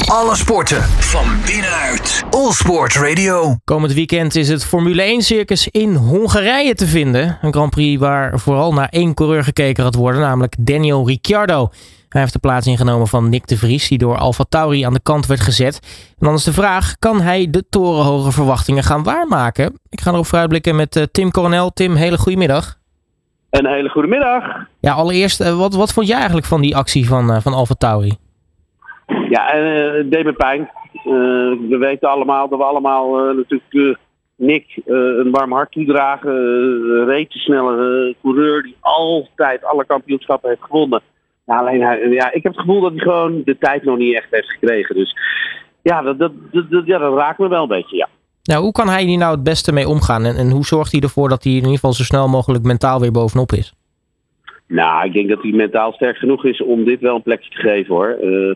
Alle sporten van binnenuit. All Sport Radio. Komend weekend is het Formule 1 circus in Hongarije te vinden. Een Grand Prix waar vooral naar één coureur gekeken gaat worden, namelijk Daniel Ricciardo. Hij heeft de plaats ingenomen van Nick de Vries, die door AlphaTauri aan de kant werd gezet. En dan is de vraag, kan hij de torenhoge verwachtingen gaan waarmaken? Ik ga erop vooruitblikken met Tim Coronel. Tim, hele goede middag. Een hele goede middag. Ja, allereerst, wat vond jij eigenlijk van die actie van AlphaTauri? Ja, het deed me pijn. We weten allemaal dat we allemaal natuurlijk Nick een warm hart toedragen. Reed te snelle coureur die altijd alle kampioenschappen heeft gewonnen. Ja, alleen ik heb het gevoel dat hij gewoon de tijd nog niet echt heeft gekregen. Dus ja, dat raakt me wel een beetje, ja. Nou, hoe kan hij hier nou het beste mee omgaan? En hoe zorgt hij ervoor dat hij in ieder geval zo snel mogelijk mentaal weer bovenop is? Nou, ik denk dat hij mentaal sterk genoeg is om dit wel een plekje te geven, hoor.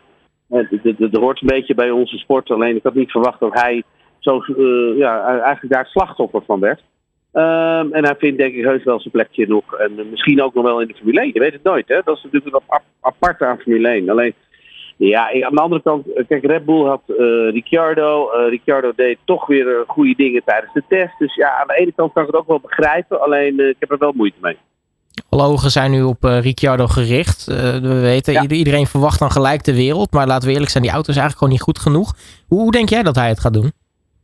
Het hoort een beetje bij onze sport. Alleen ik had niet verwacht dat hij zo eigenlijk daar het slachtoffer van werd. En hij vindt denk ik heus wel zijn plekje nog. En misschien ook nog wel in de Formule 1. Je weet het nooit, hè. Dat is natuurlijk wat apart aan Formule 1. Alleen, ja, aan de andere kant, kijk, Red Bull had Ricciardo. Ricciardo deed toch weer goede dingen tijdens de test. Dus ja, aan de ene kant kan ik het ook wel begrijpen. Alleen, ik heb er wel moeite mee. Alle ogen zijn nu op Ricciardo gericht. We weten, iedereen verwacht dan gelijk de wereld. Maar laten we eerlijk zijn, die auto is eigenlijk gewoon niet goed genoeg. Hoe denk jij dat hij het gaat doen?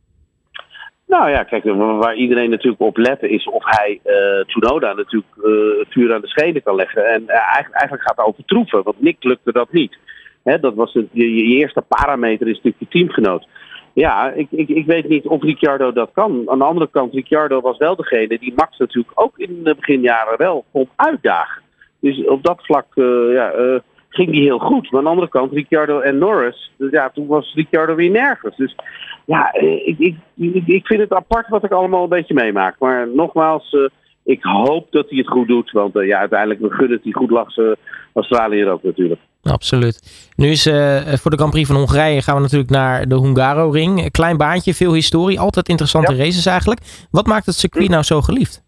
Nou ja, kijk, waar iedereen natuurlijk op let is of hij Tsunoda natuurlijk vuur aan de schenen kan leggen. En eigenlijk gaat overtroeven, want Nick lukte dat niet. Hè, dat was je eerste parameter, is natuurlijk je teamgenoot. Ja, ik weet niet of Ricciardo dat kan. Aan de andere kant, Ricciardo was wel degene die Max natuurlijk ook in de beginjaren wel kon uitdagen. Dus op dat vlak ging die heel goed. Maar aan de andere kant, Ricciardo en Norris, toen was Ricciardo weer nergens. Dus ja, ik vind het apart wat ik allemaal een beetje meemaak. Maar nogmaals, ik hoop dat hij het goed doet. Want uiteindelijk we gunnen het die goed lachse Australië ook natuurlijk. Absoluut. Nu is voor de Grand Prix van Hongarije gaan we natuurlijk naar de Hungaroring. Klein baantje, veel historie, altijd interessante races eigenlijk. Wat maakt het circuit nou zo geliefd?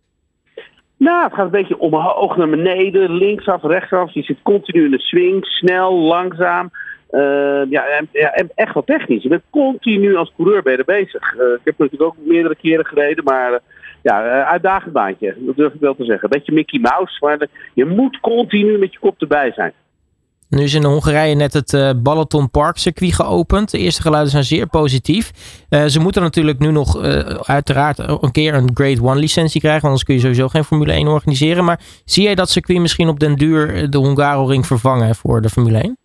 Nou, het gaat een beetje omhoog naar beneden, linksaf, rechtsaf. Je zit continu in de swing, snel, langzaam. En echt wel technisch. Je bent continu als coureur bij bezig. Ik heb natuurlijk ook meerdere keren gereden, maar uitdagend baantje. Dat durf ik wel te zeggen. Een beetje Mickey Mouse, maar je moet continu met je kop erbij zijn. Nu is in Hongarije net het Balaton Park circuit geopend. De eerste geluiden zijn zeer positief. Ze moeten natuurlijk nu nog uiteraard een keer een Grade 1 licentie krijgen. Anders kun je sowieso geen Formule 1 organiseren. Maar zie jij dat circuit misschien op den duur de Hungaroring vervangen voor de Formule 1?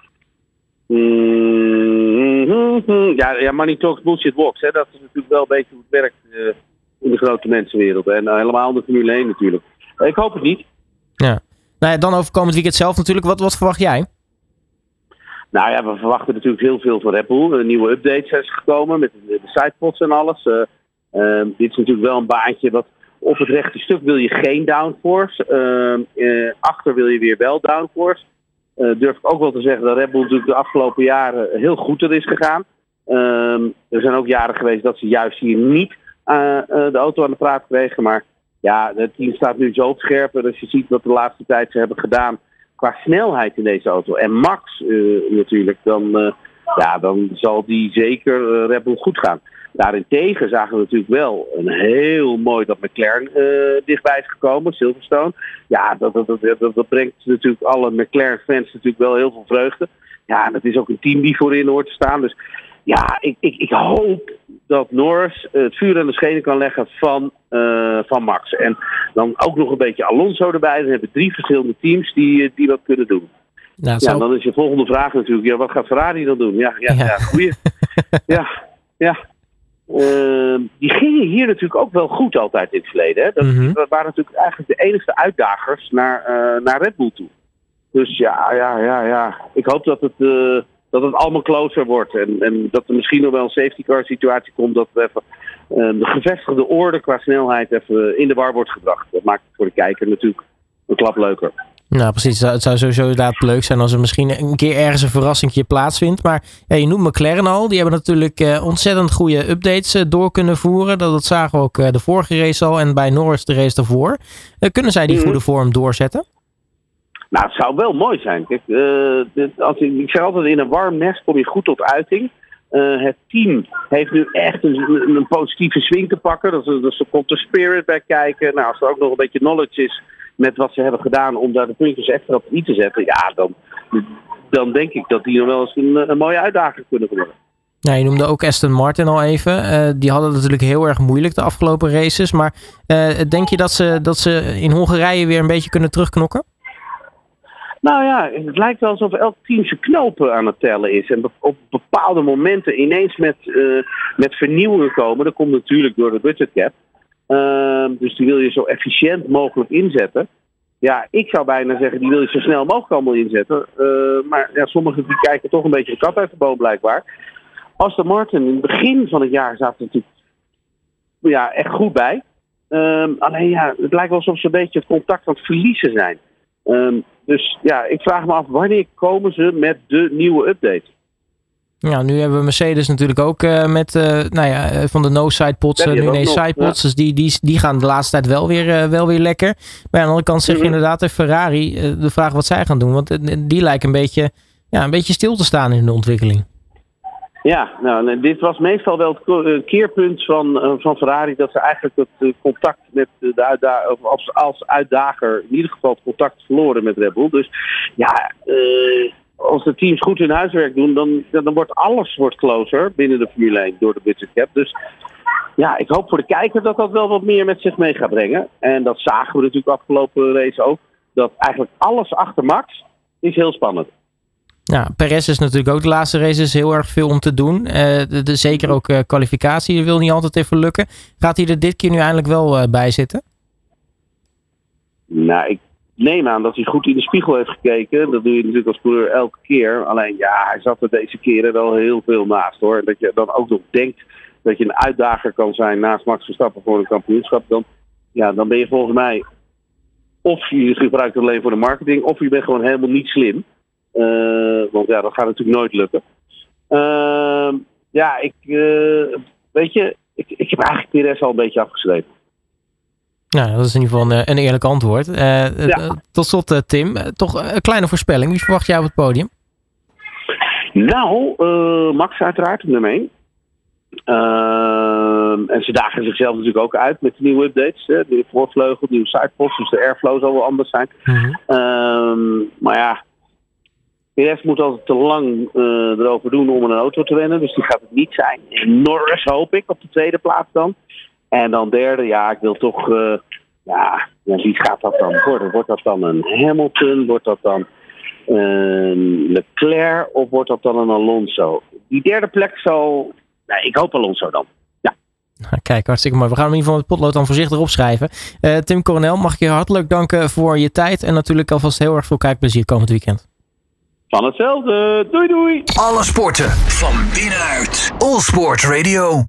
Ja, money talks, bullshit walks. Hè. Dat is natuurlijk wel een beetje hoe het werkt in de grote mensenwereld. En helemaal in de Formule 1 natuurlijk. Ik hoop het niet. Ja. Nou ja, dan over komend weekend zelf natuurlijk. Wat verwacht jij? Nou ja, we verwachten natuurlijk heel veel van Red Bull. Nieuwe updates zijn gekomen met de sidepods en alles. Dit is natuurlijk wel een baantje wat op het rechte stuk wil je geen downforce. Achter wil je weer wel downforce. Durf ik ook wel te zeggen dat Red Bull natuurlijk de afgelopen jaren heel goed er is gegaan. Er zijn ook jaren geweest dat ze juist hier niet de auto aan de praat kregen. Maar ja, het team staat nu zo op scherp. En als je ziet wat de laatste tijd ze hebben gedaan qua snelheid in deze auto. En Max natuurlijk, dan zal die zeker Red Bull goed gaan. Daarentegen zagen we natuurlijk wel een heel mooi dat McLaren dichtbij is gekomen, Silverstone. Ja, dat brengt natuurlijk alle McLaren-fans natuurlijk wel heel veel vreugde. Ja, en het is ook een team die voorin hoort te staan. Dus ja, ik hoop dat Norris het vuur aan de schenen kan leggen van Max. En dan ook nog een beetje Alonso erbij. Dan hebben 3 verschillende teams die wat kunnen doen. Nou, dan is je volgende vraag natuurlijk, wat gaat Ferrari dan doen? Ja, goeie. Ja. Die gingen hier natuurlijk ook wel goed altijd in het verleden. Hè? Dat waren natuurlijk eigenlijk de enigste uitdagers naar Red Bull toe. Dus ja. Ik hoop dat het allemaal closer wordt. En dat er misschien nog wel een safety car situatie komt. Dat we even de gevestigde orde qua snelheid even in de war wordt gebracht. Dat maakt het voor de kijker natuurlijk een klap leuker. Nou precies, het zou sowieso inderdaad leuk zijn als er misschien een keer ergens een verrassingje plaatsvindt. Maar je noemt McLaren al, die hebben natuurlijk ontzettend goede updates door kunnen voeren. Dat zagen we ook de vorige race al en bij Norris de race daarvoor. Kunnen zij die goede vorm doorzetten? Nou, het zou wel mooi zijn. Kijk, ik zeg altijd, in een warm nest kom je goed tot uiting. Het team heeft nu echt een positieve swing te pakken. Dus er komt de spirit bij kijken. Nou, als er ook nog een beetje knowledge is met wat ze hebben gedaan om daar de puntjes extra op te zetten. Ja, dan denk ik dat die nog wel eens een mooie uitdaging kunnen worden. Ja, je noemde ook Aston Martin al even. Die hadden het natuurlijk heel erg moeilijk de afgelopen races. Maar denk je dat ze in Hongarije weer een beetje kunnen terugknokken? Nou ja, het lijkt wel alsof elk team zijn knopen aan het tellen is. En op bepaalde momenten ineens met vernieuwingen komen. Dat komt natuurlijk door de budgetcap. Dus die wil je zo efficiënt mogelijk inzetten. Ja, ik zou bijna zeggen, die wil je zo snel mogelijk allemaal inzetten. Maar ja, sommigen die kijken toch een beetje de kat uit de boom blijkbaar. Aston Martin, in het begin van het jaar zaten natuurlijk echt goed bij. Alleen ja, het lijkt wel alsof ze een beetje het contact aan het verliezen zijn. Dus ja, ik vraag me af, wanneer komen ze met de nieuwe update? Ja, nu hebben we Mercedes natuurlijk ook met van de no-sidepods nu ineens sidepods. Ja. Dus die gaan de laatste tijd wel weer lekker. Maar aan de andere kant zeg je inderdaad Ferrari de vraag wat zij gaan doen. Want die lijken een beetje stil te staan in de ontwikkeling. Ja, nou, dit was meestal wel het keerpunt van Ferrari. Dat ze eigenlijk het contact met de uitdager, als uitdager, in ieder geval het contact verloren met Red Bull. Dus ja, als de teams goed hun huiswerk doen, dan wordt alles closer binnen de Formule 1 door de budgetcap. Dus ja, ik hoop voor de kijker dat wel wat meer met zich mee gaat brengen. En dat zagen we natuurlijk afgelopen race ook. Dat eigenlijk alles achter Max is heel spannend. Ja, Perez is natuurlijk ook de laatste races heel erg veel om te doen. Zeker ook kwalificatie wil niet altijd even lukken. Gaat hij er dit keer nu eindelijk wel bij zitten? Nou, ik neem aan dat hij goed in de spiegel heeft gekeken. Dat doe je natuurlijk als coureur elke keer. Alleen ja, hij zat er deze keren wel heel veel naast hoor. Dat je dan ook nog denkt dat je een uitdager kan zijn naast Max Verstappen voor een kampioenschap. Dan ben je volgens mij of je gebruikt het alleen voor de marketing of je bent gewoon helemaal niet slim. Want ja, dat gaat natuurlijk nooit lukken. Ik heb eigenlijk Perez al een beetje afgeschreven. Nou, dat is in ieder geval een eerlijk antwoord. Tot slot, Tim, toch een kleine voorspelling. Wie verwacht jij op het podium? Nou, Max uiteraard op nummer 1. En ze dagen zichzelf natuurlijk ook uit met de nieuwe updates. De nieuwe voorvleugel, de nieuwe sidepods. Dus de airflow zal wel anders zijn. Maar ja, Perez moet altijd te lang erover doen om een auto te winnen. Dus die gaat het niet zijn. En Norris hoop ik op de tweede plaats dan. En dan derde, ja, ik wil toch... wie gaat dat dan worden? Wordt dat dan een Hamilton? Wordt dat dan een Leclerc? Of wordt dat dan een Alonso? Die derde plek zal... Nee, ik hoop Alonso dan. Ja. Kijk, hartstikke mooi. We gaan hem in ieder geval het potlood dan voorzichtig opschrijven. Tim Coronel, mag ik je hartelijk danken voor je tijd. En natuurlijk alvast heel erg veel kijkplezier komend weekend. Van hetzelfde. Doei doei. Alle sporten van binnenuit. All Sport Radio.